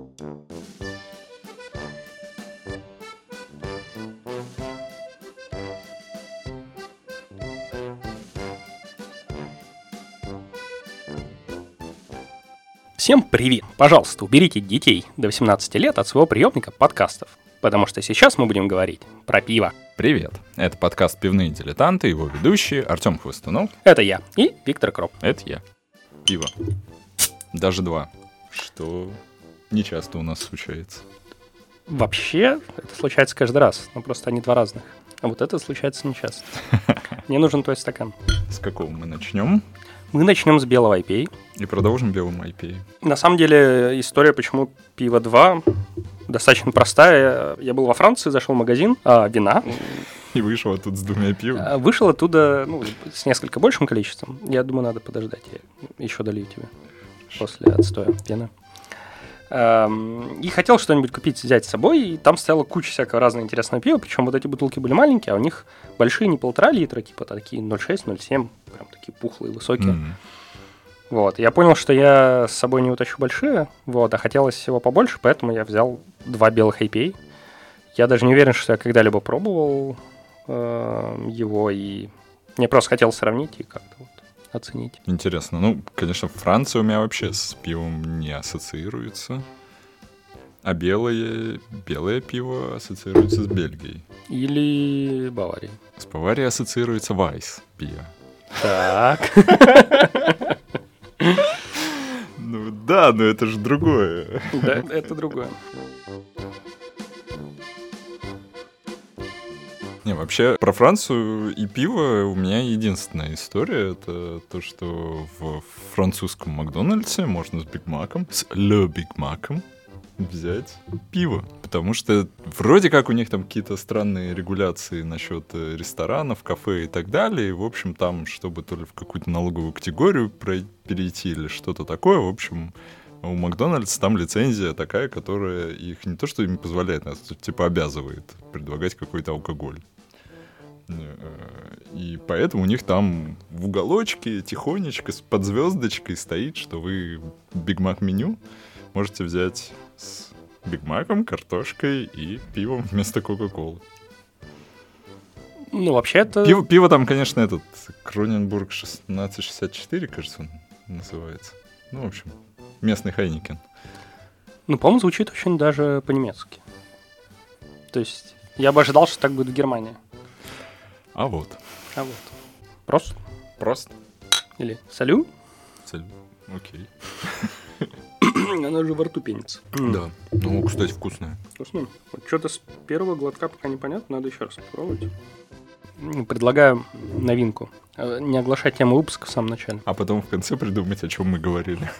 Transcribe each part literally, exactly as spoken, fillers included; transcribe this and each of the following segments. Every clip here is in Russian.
Всем привет! Пожалуйста, уберите детей до восемнадцати лет от своего приемника подкастов, потому что сейчас мы будем говорить про пиво. Привет! Это подкаст «Пивные дилетанты», его ведущие Артем Хвостунов. Это я и Виктор Кроп. Это я. Пиво. Даже два. Что не часто у нас случается. Вообще, это случается каждый раз, но просто они два разных. А вот это случается нечасто. Мне нужен твой стакан. С какого мы начнем? Мы начнем с белого ай пи эй. И продолжим белым ай пи эй. На самом деле, история, почему пиво два, достаточно простая. Я был во Франции, зашел в магазин а, вина. И вышел оттуда с двумя пивами. Вышел оттуда ну, с несколько большим количеством. Я думаю, надо подождать. Я еще долью тебе после отстоя вина. И хотел что-нибудь купить, взять с собой, и там стояла куча всякого разного интересного пива, причем вот эти бутылки были маленькие, а у них большие, не полтора литра, типа такие ноль шесть ноль семь, прям такие пухлые, высокие. Mm-hmm. Вот, я понял, что я с собой не утащу большие, вот, а хотелось всего побольше, поэтому я взял два белых ай пи эй. Я даже не уверен, что я когда-либо пробовал э, его, и мне просто хотелось сравнить и как-то вот оценить. Интересно. Ну, конечно, Франция у меня вообще с пивом не ассоциируется. А белое, белое пиво ассоциируется с Бельгией. Или Баварией. С Баварией ассоциируется Вайс пиво. Так. Ну да, но это же другое. Да, это другое. Не, вообще, про Францию и пиво у меня единственная история. Это то, что в французском Макдональдсе можно с Биг Маком, с Ле Биг Маком взять пиво. Потому что вроде как у них там какие-то странные регуляции насчет ресторанов, кафе и так далее. И, в общем, там, чтобы то ли в какую-то налоговую категорию перейти или что-то такое, в общем... У Макдональдса там лицензия такая, которая их не то что им позволяет, а типа обязывает предлагать какой-то алкоголь. И поэтому у них там в уголочке тихонечко под звездочкой стоит, что вы Биг Мак меню можете взять с Биг Маком, картошкой и пивом вместо Кока-Колы. Ну, вообще-то... Пиво, пиво там, конечно, этот Кроненбург шестнадцать шестьдесят четыре, кажется, он называется. Ну, в общем... Местный Хайникен. Ну, по-моему, звучит очень даже по-немецки. То есть, я бы ожидал, что так будет в Германии. А вот. А вот. Просто? Просто. Или салю? Салю. Окей. Она же во рту пенится. Да. Ну, кстати, вкусная. Вкусно. Вот что-то с первого глотка пока непонятно, надо еще раз попробовать. Предлагаю новинку. Не оглашать тему выпуска в самом начале. А потом в конце придумать, о чем мы говорили.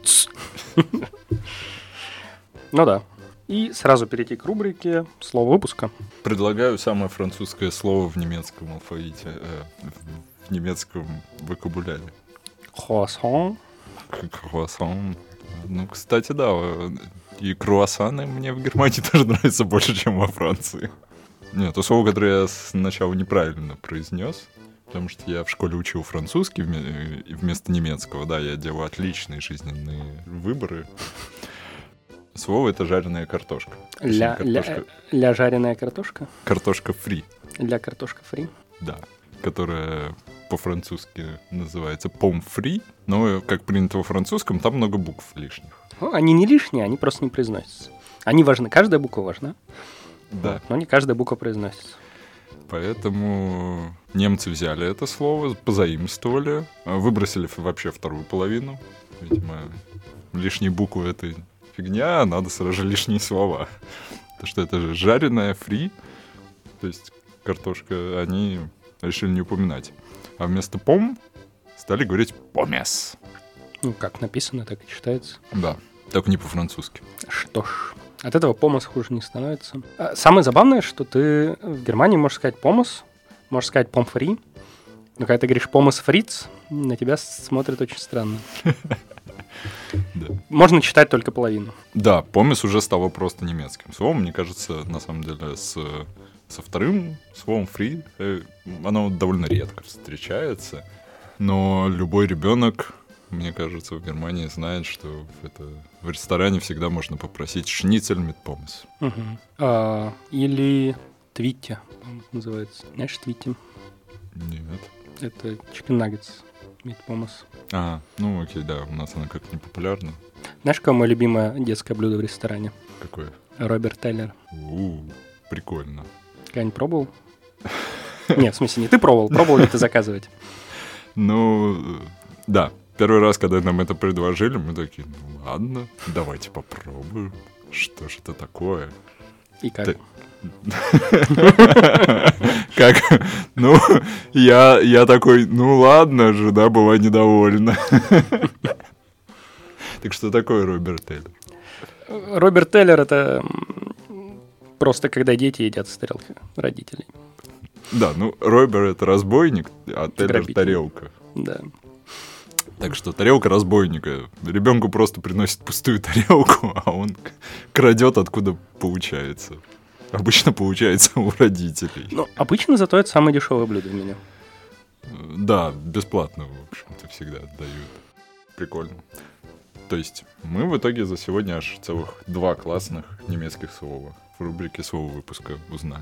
Ну да. И сразу перейти к рубрике «Слово выпуска». Предлагаю самое французское слово в немецком алфавите, э, в немецком вокабуляре. Круассан. Круассан. Ну, кстати, да, и круассаны мне в Германии тоже нравятся больше, чем во Франции. Нет, то слово, которое я сначала неправильно произнес, потому что я в школе учил французский вместо немецкого, да, я делал отличные жизненные выборы. Слово — это жареная картошка. Ля, картошка... ля, ля жареная картошка? Картошка фри. Ля картошка фри? Да, которая по-французски называется пом-фри, но, как принято во французском, там много букв лишних. Ну, они не лишние, они просто не произносятся. Они важны, каждая буква важна. Да. Вот, но не каждая буква произносится. Поэтому немцы взяли это слово, позаимствовали, выбросили вообще вторую половину. Видимо, лишние буквы — это фигня, а надо сразу же лишние слова. Потому что это же жареная фри, то есть картошка, они решили не упоминать. А вместо пом стали говорить помес. Ну, как написано, так и читается. Да, только не по-французски. Что ж, от этого помос хуже не становится. Самое забавное, что ты в Германии можешь сказать помос, можешь сказать помфри, но когда ты говоришь помос фриц, на тебя смотрят очень странно. Да. Можно читать только половину. Да, помес уже стало просто немецким словом. Мне кажется, на самом деле, с, со вторым словом free оно довольно редко встречается. Но любой ребенок мне кажется, в Германии знают, что это, в ресторане всегда можно попросить шницель mit Pommes. Угу. А, или твитти называется. Знаешь, твитти? Нет. Это chicken nuggets mit Pommes. А, ну окей, да, у нас она как не популярна. Знаешь, какое мое любимое детское блюдо в ресторане? Какое? Роберт Теллер. У, прикольно. Когда-нибудь пробовал? Нет, в смысле, не ты пробовал, пробовал ли ты заказывать? Ну, да. Первый раз, когда нам это предложили, мы такие, ну ладно, давайте попробуем. Что же это такое? И как? Как? Ну, я, я такой, ну ладно, жена была недовольна. Так что такое Роберт Теллер? Роберт Теллер — это просто когда дети едят с тарелки родителей. Да, ну Роберт — это разбойник, а Теллер — тарелка. Да. Так что тарелка разбойника. Ребенку просто приносит пустую тарелку, а он крадет, откуда получается. Обычно получается у родителей. Ну, обычно зато это самое дешевое блюдо в меню. Да, бесплатно, в общем-то, всегда отдают. Прикольно. То есть мы в итоге за сегодня аж целых два классных немецких слова в рубрике «Слово выпуска» узнали.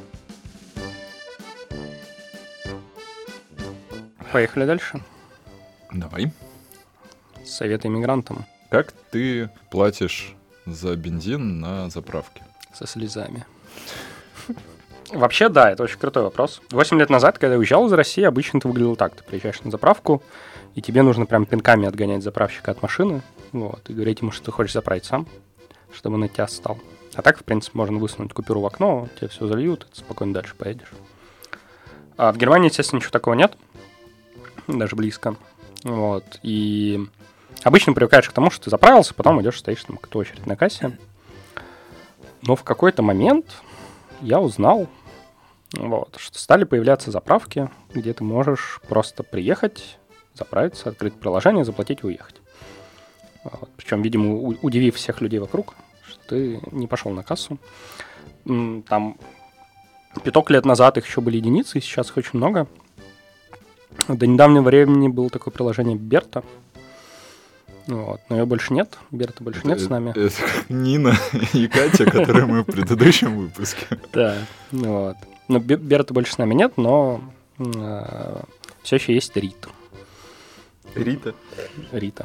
Поехали дальше. Давай. Советы иммигрантам. Как ты платишь за бензин на заправке? Со слезами. Вообще, да, это очень крутой вопрос. Восемь лет назад, когда я уезжал из России, обычно это выглядело так. Ты приезжаешь на заправку, и тебе нужно прям пинками отгонять заправщика от машины, вот, и говорить ему, что ты хочешь заправить сам, чтобы он на тебя стал. А так, в принципе, можно высунуть купюру в окно, тебе все зальют, и ты спокойно дальше поедешь. А в Германии, естественно, ничего такого нет, даже близко. Вот, и обычно привыкаешь к тому, что ты заправился, потом идешь, стоишь там какую-то очередь на кассе. Но в какой-то момент я узнал, вот, что стали появляться заправки, где ты можешь просто приехать, заправиться, открыть приложение, заплатить и уехать. Вот. Причем, видимо, у- удивив всех людей вокруг, что ты не пошел на кассу. М, Там пяток лет назад их еще были единицы, и сейчас их очень много. До недавнего времени было такое приложение Берта. Вот. Но ее больше нет. Берта больше нет с нами. Это как Нина и Катя, которые мы в предыдущем выпуске. Да, вот. Но Бе- Берта больше с нами нет, но все еще есть Рит. Рита. Рита.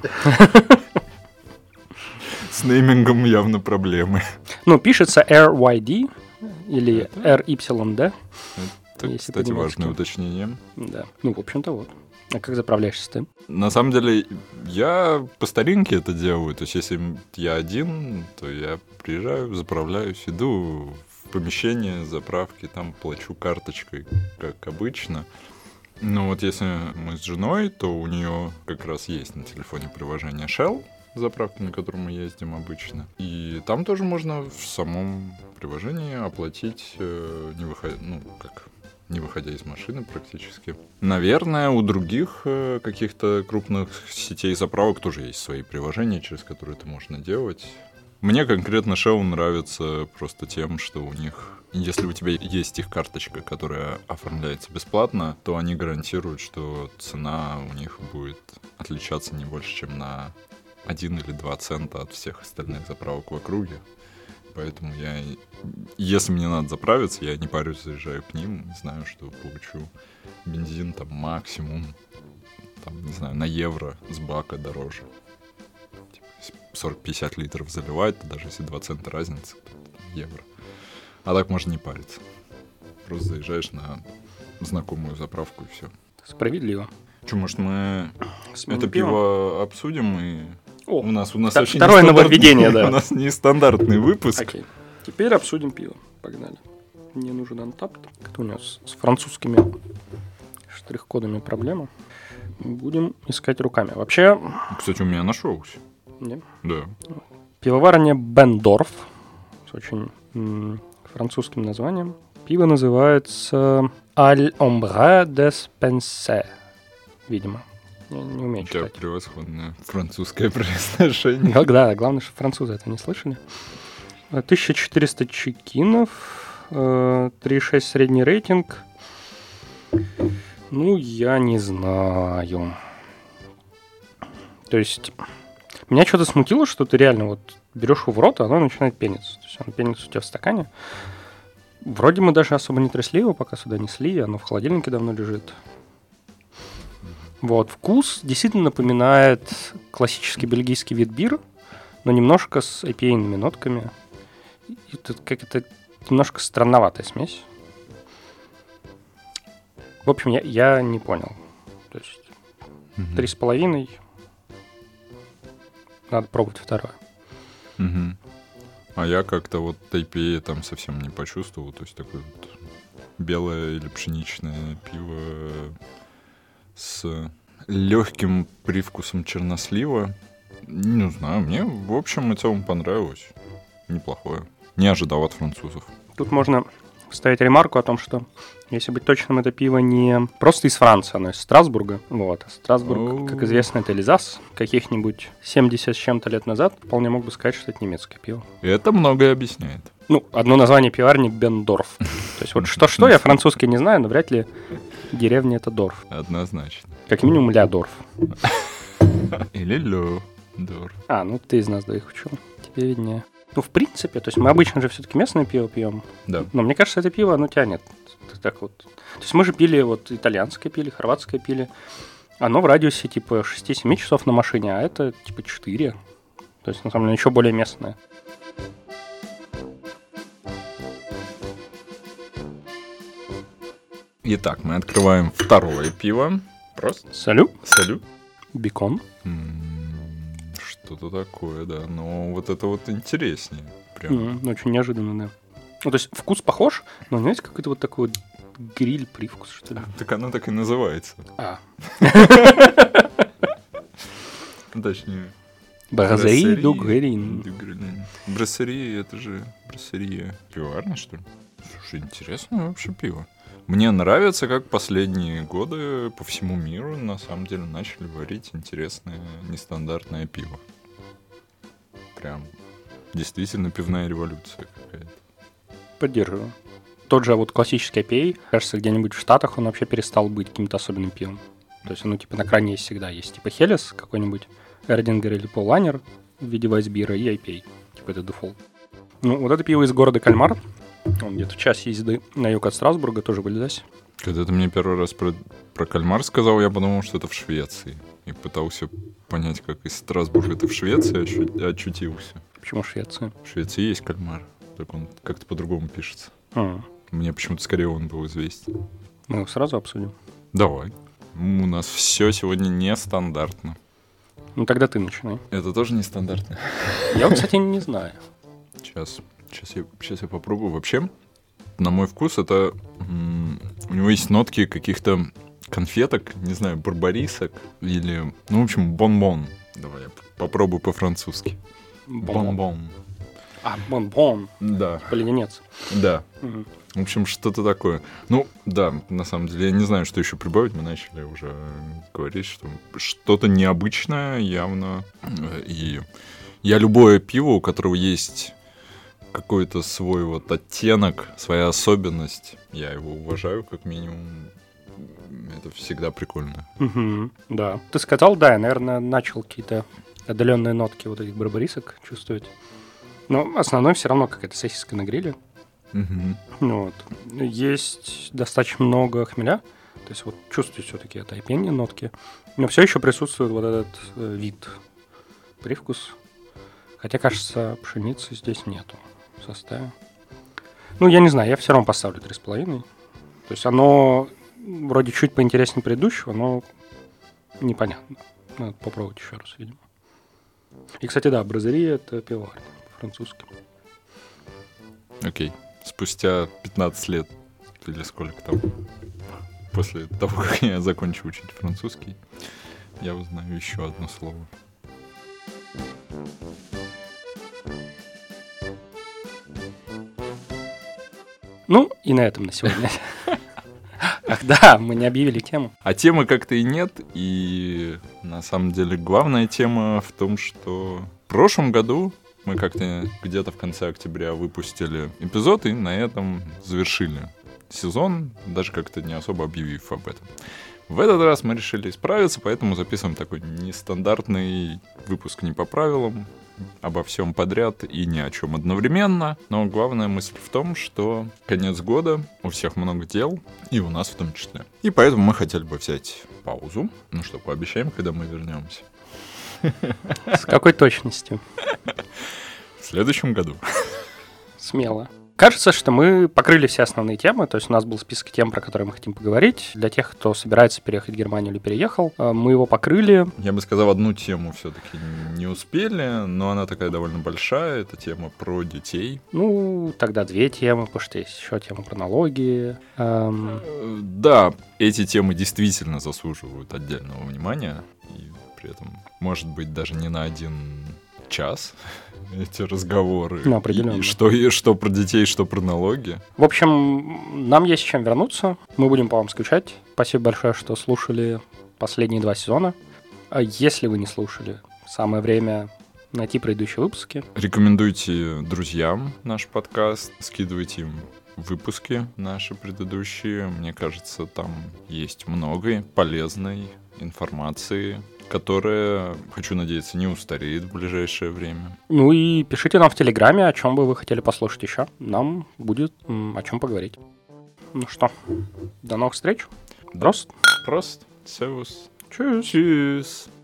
С неймингом явно проблемы. Ну, пишется эр уай ди или эр ай ди. Это, Если кстати, по-немецки. важное уточнение. Да. Ну, в общем-то, вот. А как заправляешься ты? На самом деле, я по старинке это делаю. То есть, если я один, то я приезжаю, заправляюсь, иду в помещение заправки, там плачу карточкой, как обычно. Но вот если мы с женой, то у нее как раз есть на телефоне приложение Shell, заправка, на которой мы ездим обычно. И там тоже можно в самом приложении оплатить, э, не выходя, ну, как... не выходя из машины практически. Наверное, у других э, каких-то крупных сетей заправок тоже есть свои приложения, через которые это можно делать. Мне конкретно Shell нравится просто тем, что у них, если у тебя есть их карточка, которая оформляется бесплатно, то они гарантируют, что цена у них будет отличаться не больше, чем на один или два цента от всех остальных заправок в округе. Поэтому я, если мне надо заправиться, я не парюсь, заезжаю к ним, знаю, что получу бензин там максимум, там, не знаю, на евро с бака дороже. Типа, сорок-пятьдесят литров заливать, то даже если два цента разница, то евро. А так можно не париться. Просто заезжаешь на знакомую заправку и все. Справедливо. Че, может, мы Сменим это пиво обсудим и... О, У нас, у нас Т- вообще второе нестандартный- нововведение, да. У нас нестандартный выпуск. Окей. Теперь обсудим пиво. Погнали. Мне нужен Untappd. Кто у нас с французскими штрих-кодами проблема? Будем искать руками. Вообще... Кстати, у меня нашелся. Не? Да. Пивоварня Бендорф с очень м, французским названием. Пиво называется Аль Омбре des Pensées. Видимо. Я не умею У тебя читать. превосходное французское произношение. Ну, да, главное, что французы это не слышали. тысяча четыреста чекинов, э, три и шесть средний рейтинг. Ну, я не знаю. То есть меня что-то смутило, что ты реально вот берешь его в рот, а оно начинает пениться. То есть оно пенится у тебя в стакане. Вроде мы даже особо не трясли его, пока сюда несли, оно в холодильнике давно лежит. Вот, вкус действительно напоминает классический бельгийский вид бира, но немножко с ай пи эй-ными нотками. И тут как-то немножко странноватая смесь. В общем, я, я не понял. То есть Мгм. три с половиной. Надо пробовать второе. Мгм. А я как-то вот ай пи эй там совсем не почувствовал. То есть такое вот белое или пшеничное пиво с легким привкусом чернослива. Не знаю, мне в общем и целом понравилось. Неплохое. Не ожидал от французов. Тут можно вставить ремарку о том, что, если быть точным, это пиво не просто из Франции, оно из Страсбурга. Вот. А Страсбург, Оу. как известно, это Эльзас. Каких-нибудь семьдесят с чем-то лет назад вполне мог бы сказать, что это немецкое пиво. И это многое объясняет. Ну, одно название пиварни — Бендорф. То есть вот что-что, я французский не знаю, но вряд ли деревня — это Дорф. Однозначно. Как минимум Ля-Дорф. Или Лё. Дор. А, ну ты из нас двоих учил. Тебе виднее. Ну, в принципе, то есть мы обычно же все-таки местное пиво пьем. Да. Но мне кажется, это пиво, оно тянет. Так вот. То есть мы же пили, вот итальянское пили, хорватское пили. Оно в радиусе типа шесть-семь часов на машине, а это типа четыре. То есть, на самом деле, еще более местное. Итак, мы открываем второе пиво. Просто Салют, салют. бекон. М, Что-то такое, да. Но вот это вот интереснее. Прям. М, Очень неожиданно, да. Ну, то есть вкус похож, но у него есть какой-то вот такой вот гриль-привкус, что ли. Так оно так и называется. А. Ну, точнее. Бразерий ду Грин. ду Грин. Брассерия, это же брассерия. Пивоварня, что ли? Слушай, интересное вообще пиво. Мне нравится, как последние годы по всему миру на самом деле начали варить интересное, нестандартное пиво. Прям действительно пивная революция какая-то. Поддерживаю. Тот же вот классический ай пи эй, кажется, где-нибудь в Штатах он вообще перестал быть каким-то особенным пивом. То есть оно типа на крайне есть всегда. Есть типа Хелес какой-нибудь, Эрдингер или Поллайнер в виде вайсбира и ай пи эй. Типа это дефолт. Ну, вот это пиво из города Кальмар. Он где-то в час езды на юг от Страсбурга, тоже в Эльзасе. Когда ты мне первый раз про, про кальмар сказал, я подумал, что это в Швеции. И пытался понять, как из Страсбурга ты в Швеции ощу- очутился. Почему Швеция? В Швеции есть кальмар, только он как-то по-другому пишется. А, Мне почему-то скорее он был известен. мы его сразу обсудим. Давай. У нас все сегодня нестандартно. Ну, тогда ты начинай. Это тоже нестандартно. Я вот, кстати, не знаю. Сейчас, сейчас, я, сейчас я попробую. Вообще, на мой вкус, это... м, у него есть нотки каких-то конфеток, не знаю, барбарисок или... Ну, в общем, бонбон. Давай я п- попробую по-французски. Бонбон. А, бон-бон. Да, Типа леденец. да. Мгм. В общем, что-то такое. Ну, да, на самом деле, я не знаю, что еще прибавить. Мы начали уже говорить, что что-то необычное явно. И я любое пиво, у которого есть какой-то свой вот оттенок, своя особенность, я его уважаю как минимум. Это всегда прикольно. Мгм, да. Ты сказал, да, я, наверное, начал какие-то отдаленные нотки вот этих барбарисок чувствовать. Но основной все равно какая-то сосиска на гриле. Мгм. Ну вот. Есть достаточно много хмеля. То есть вот чувствуете все-таки это ай пи эй нотки. Но все еще присутствует вот этот э, вид, привкус. Хотя, кажется, пшеницы здесь нету в составе. Ну, я не знаю, я все равно поставлю три с половиной. То есть оно вроде чуть поинтереснее предыдущего, но непонятно. Надо попробовать еще раз, видимо. И, кстати, да, бразерия — это пивоварня по-французски. Окей. Спустя пятнадцать лет, или сколько там, после того, как я закончу учить французский, я узнаю еще одно слово. Ну, и на этом на сегодня. Ах да, мы не объявили тему. А темы как-то и нет, и на самом деле главная тема в том, что в прошлом году мы как-то где-то в конце октября выпустили эпизод, и на этом завершили сезон, даже как-то не особо объявив об этом. В этот раз мы решили исправиться, поэтому записываем такой нестандартный выпуск не по правилам, обо всем подряд и ни о чем одновременно. Но главная мысль в том, что конец года, у всех много дел, и у нас в том числе. И поэтому мы хотели бы взять паузу. Ну что, пообещаем, когда мы вернемся? С какой точностью? В следующем году. Смело. Кажется, что мы покрыли все основные темы, то есть у нас был список тем, про которые мы хотим поговорить. Для тех, кто собирается переехать в Германию или переехал, мы его покрыли. Я бы сказал, одну тему все-таки не успели, но она такая довольно большая, это тема про детей. Ну, тогда две темы, потому что есть еще тема про налоги. Эм... Да, эти темы действительно заслуживают отдельного внимания, и при этом, может быть, даже не на один час эти разговоры. Ну, определенно. И что, и что про детей, что про налоги. В общем, нам есть чем вернуться. Мы будем по вам скучать. Спасибо большое, что слушали последние два сезона. А если вы не слушали, самое время найти предыдущие выпуски. Рекомендуйте друзьям наш подкаст, скидывайте им выпуски наши предыдущие. Мне кажется, там есть много полезной информации, которая, хочу надеяться, не устареет в ближайшее время. Ну и пишите нам в Телеграме, о чем бы вы хотели послушать еще. Нам будет м, о чем поговорить. Ну что, до новых встреч. Прост. Прост. Servus. Tschüss. Tschüss.